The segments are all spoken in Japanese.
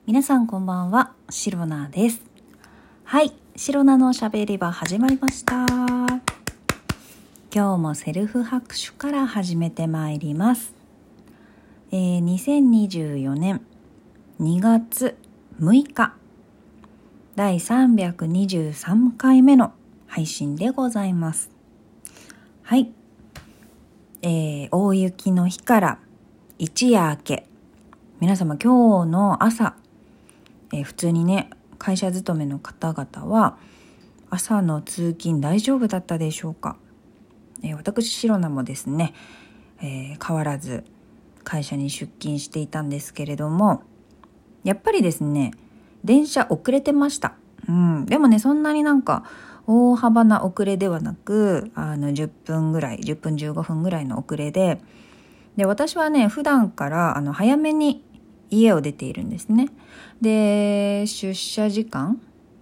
皆さんこんばんは、シロナです。はい、シロナのしゃべり場始まりました。今日もセルフ拍手から始めてまいります。2024年2月6日第323回目の配信でございます。はい、大雪の日から一夜明け、皆様今日の朝、普通にね会社勤めの方々は朝の通勤大丈夫だったでしょうか。私シロナもですね、変わらず会社に出勤していたんですけれども、やっぱりですね電車遅れてました。でもねそんなになんか大幅な遅れではなく10分15分ぐらいの遅れで、私はね普段から早めに家を出ているんですね。で始業時間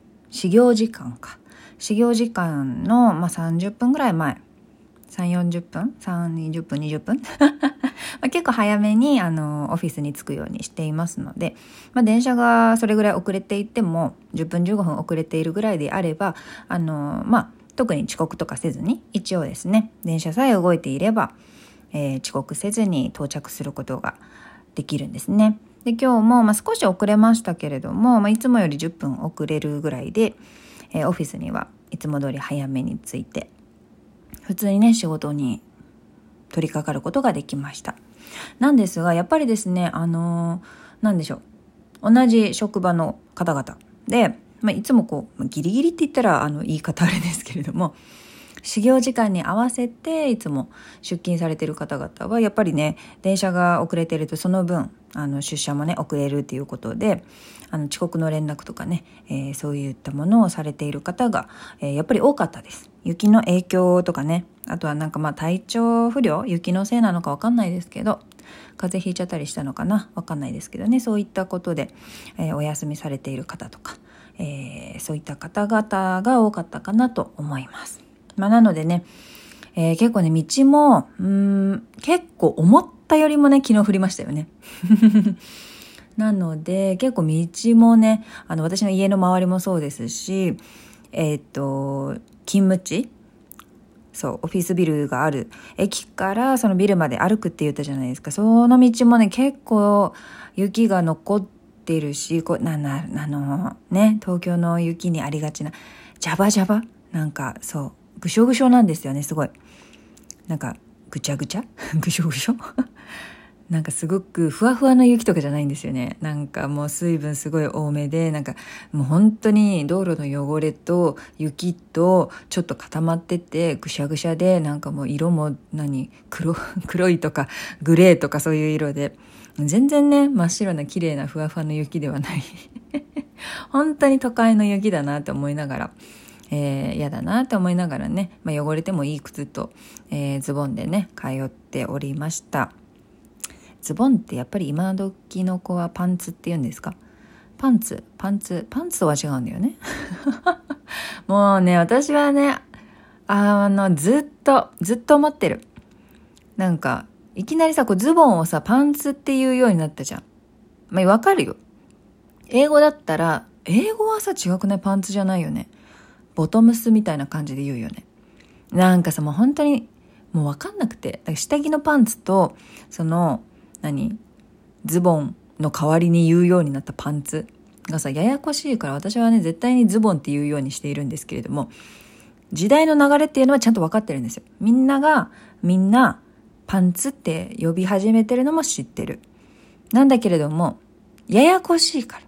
の、30分ぐらい前、20分結構早めにオフィスに着くようにしていますので、電車がそれぐらい遅れていても10分15分遅れているぐらいであれば特に遅刻とかせずに、一応ですね電車さえ動いていれば、遅刻せずに到着することができるんですね。で今日も、少し遅れましたけれども、いつもより10分遅れるぐらいで、オフィスにはいつも通り早めに着いて普通にね仕事に取り掛かることができました。なんですがやっぱりですねなんでしょう、同じ職場の方々で、いつもこうギリギリって言ったら言い方あれですけれども、始業時間に合わせていつも出勤されている方々はやっぱりね電車が遅れているとその分出社もね遅れるということで遅刻の連絡とかね、そういったものをされている方が、やっぱり多かったです。雪の影響とかね、あとは体調不良、雪のせいなのか分かんないですけど風邪ひいちゃったりしたのかな分かんないですけどね、そういったことで、お休みされている方とか、そういった方々が多かったかなと思います。なのでね、結構ね道も結構思ったよりもね昨日降りましたよねなので結構道もね私の家の周りもそうですし、勤務地、そうオフィスビルがある駅からそのビルまで歩くって言ったじゃないですか。その道もね結構雪が残ってるし、東京の雪にありがちなジャバジャバ、そうぐしょぐしょなんですよね。すごいぐちゃぐちゃぐしょぐしょすごくふわふわの雪とかじゃないんですよね。もう水分すごい多めで、もう本当に道路の汚れと雪とちょっと固まっててぐしゃぐしゃで、もう色も黒いとかグレーとかそういう色で、全然ね真っ白な綺麗なふわふわの雪ではない本当に都会の雪だなって思いながら、嫌だなって思いながらね、汚れてもいい靴と、ズボンでね通っておりました。ズボンってやっぱり今時の子はパンツって言うんですか？パンツとは違うんだよねもうね私はねずっと思ってる。いきなりさズボンをさパンツって言うようになったじゃん。わかるよ、英語だったら。英語はさ違くない？パンツじゃないよね。ボトムスみたいな感じで言うよね。もう本当にもう分かんなくて、下着のパンツとそのズボンの代わりに言うようになったパンツがさややこしいから、私はね絶対にズボンって言うようにしているんですけれども、時代の流れっていうのはちゃんと分かってるんですよ。みんなパンツって呼び始めてるのも知ってる。なんだけれどもややこしいから、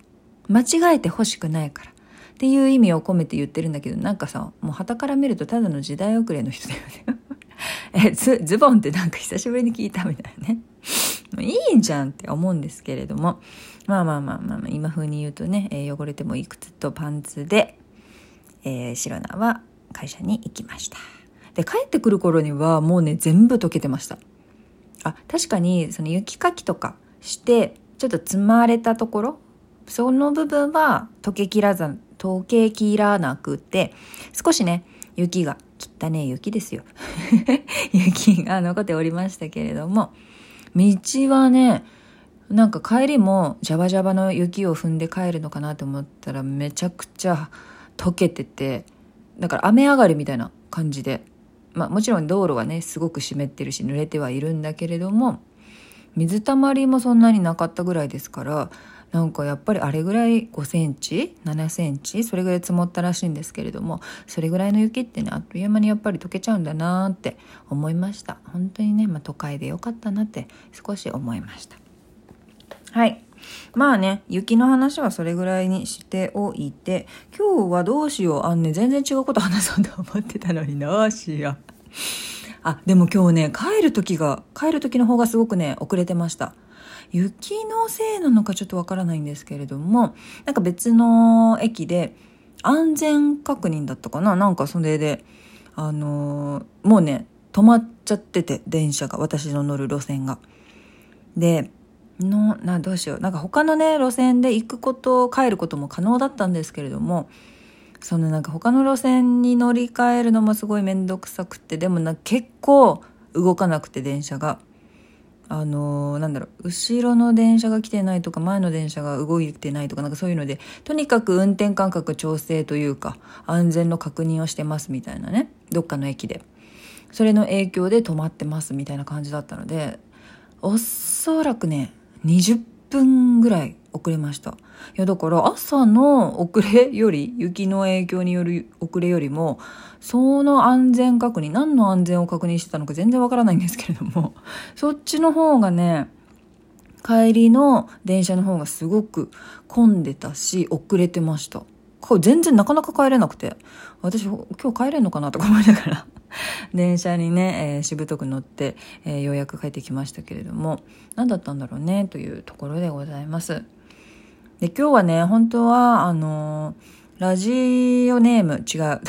間違えてほしくないからっていう意味を込めて言ってるんだけど、もう傍から見るとただの時代遅れの人だよねズボンって久しぶりに聞いたみたいなねいいじゃんって思うんですけれども、今風に言うとね、汚れてもいい靴とパンツで、シロナは会社に行きました。で帰ってくる頃にはもうね全部溶けてました。確かにその雪かきとかしてちょっと積まれたところ、その部分は溶けきらなくて、少しね雪が汚ね雪ですよ雪が残っておりましたけれども、道はねなんか帰りもジャバジャバの雪を踏んで帰るのかなと思ったらめちゃくちゃ溶けてて、だから雨上がりみたいな感じで、もちろん道路はねすごく湿ってるし濡れてはいるんだけれども、水たまりもそんなになかったぐらいですから、なんかやっぱりあれぐらい5センチ7センチそれぐらい積もったらしいんですけれども、それぐらいの雪ってねあっという間にやっぱり溶けちゃうんだなって思いました。本当にね、都会でよかったなって少し思いました。はい。雪の話はそれぐらいにしておいて、今日はどうしよう。全然違うこと話そうと思ってたのにどうしよう。でも今日ね、帰る時の方がすごくね、遅れてました。雪のせいなのかちょっとわからないんですけれども、なんか別の駅で安全確認だったかな、なんかそれで、もうね、止まっちゃってて、電車が、私の乗る路線が。で、どうしよう。なんか他のね、路線で行くこと、帰ることも可能だったんですけれども、なんか他の路線に乗り換えるのもすごいめんどくさくて、でも結構動かなくて電車が。後ろの電車が来てないとか、前の電車が動いてないとか、なんかそういうので、とにかく運転間隔調整というか、安全の確認をしてますみたいなね、どっかの駅で。それの影響で止まってますみたいな感じだったので、おそらくね、20分ぐらい遅れました。いやだから朝の遅れより、雪の影響による遅れよりも、その安全確認、何の安全を確認してたのか全然わからないんですけれども、そっちの方がね、帰りの電車の方がすごく混んでたし遅れてました。全然なかなか帰れなくて、私今日帰れんのかなとか思いながら電車にね、しぶとく乗って、ようやく帰ってきましたけれども、何だったんだろうねというところでございます。で、今日はね、本当はラジオネーム違う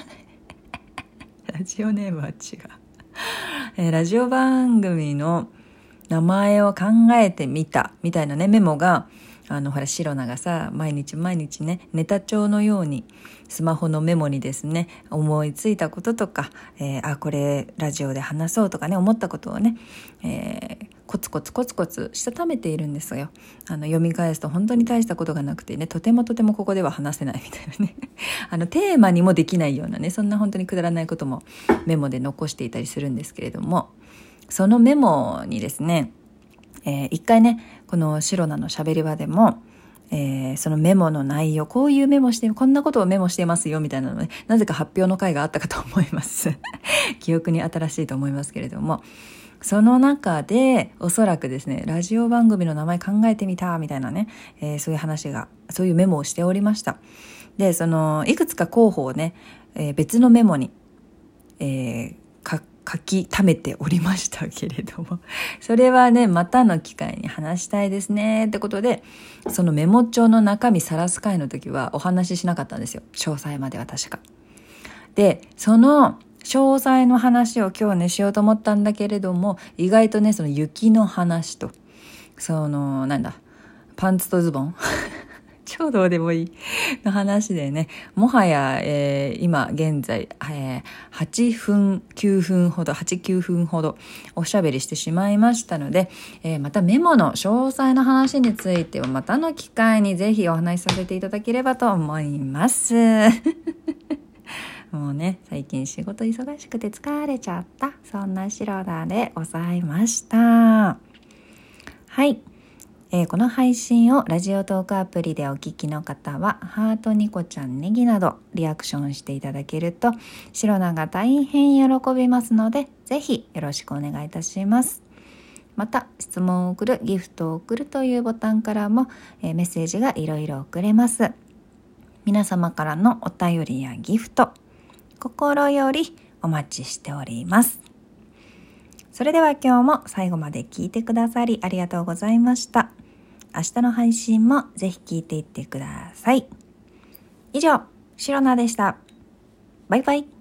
ラジオネームは違う、ラジオ番組の名前を考えてみたみたいなね、メモがシロナがさ、毎日ね、ネタ帳のようにスマホのメモにですね、思いついたこととか、これラジオで話そうとかね、思ったことをね、コツコツしたためているんですよ。読み返すと本当に大したことがなくてね、とてもここでは話せないみたいなねテーマにもできないようなね、そんな本当にくだらないこともメモで残していたりするんですけれども、そのメモにですね、一回ね、このシロナの喋り場でも、そのメモの内容、こういうメモして、こんなことをメモしてますよみたいなのね、なぜか発表の回があったかと思います記憶に新しいと思いますけれども、その中でおそらくですね、ラジオ番組の名前考えてみたみたいなね、そういう話が、そういうメモをしておりました。で、いくつか候補をね、別のメモに、書き溜めておりましたけれども、それはね、またの機会に話したいですねってことで、そのメモ帳の中身さらす会の時はお話ししなかったんですよ、詳細までは確か。で、その詳細の話を今日ねしようと思ったんだけれども、意外とね、その雪の話と、パンツとズボン超どうでもいいの話でね、もはや、今現在、8、9分ほどおしゃべりしてしまいましたので、またメモの詳細の話についてはまたの機会にぜひお話しさせていただければと思いますもうね、最近仕事忙しくて疲れちゃった、そんなシロナでございました。はい、この配信をラジオトークアプリでお聞きの方はハート、ニコちゃん、ネギなどリアクションしていただけるとシロナが大変喜びますので、ぜひよろしくお願いいたします。また質問を送る、ギフトを送るというボタンからも、メッセージがいろいろ送れます。皆様からのお便りやギフト、心よりお待ちしております。それでは今日も最後まで聞いてくださりありがとうございました。明日の配信もぜひ聞いていってください。以上、シロナでした。バイバイ。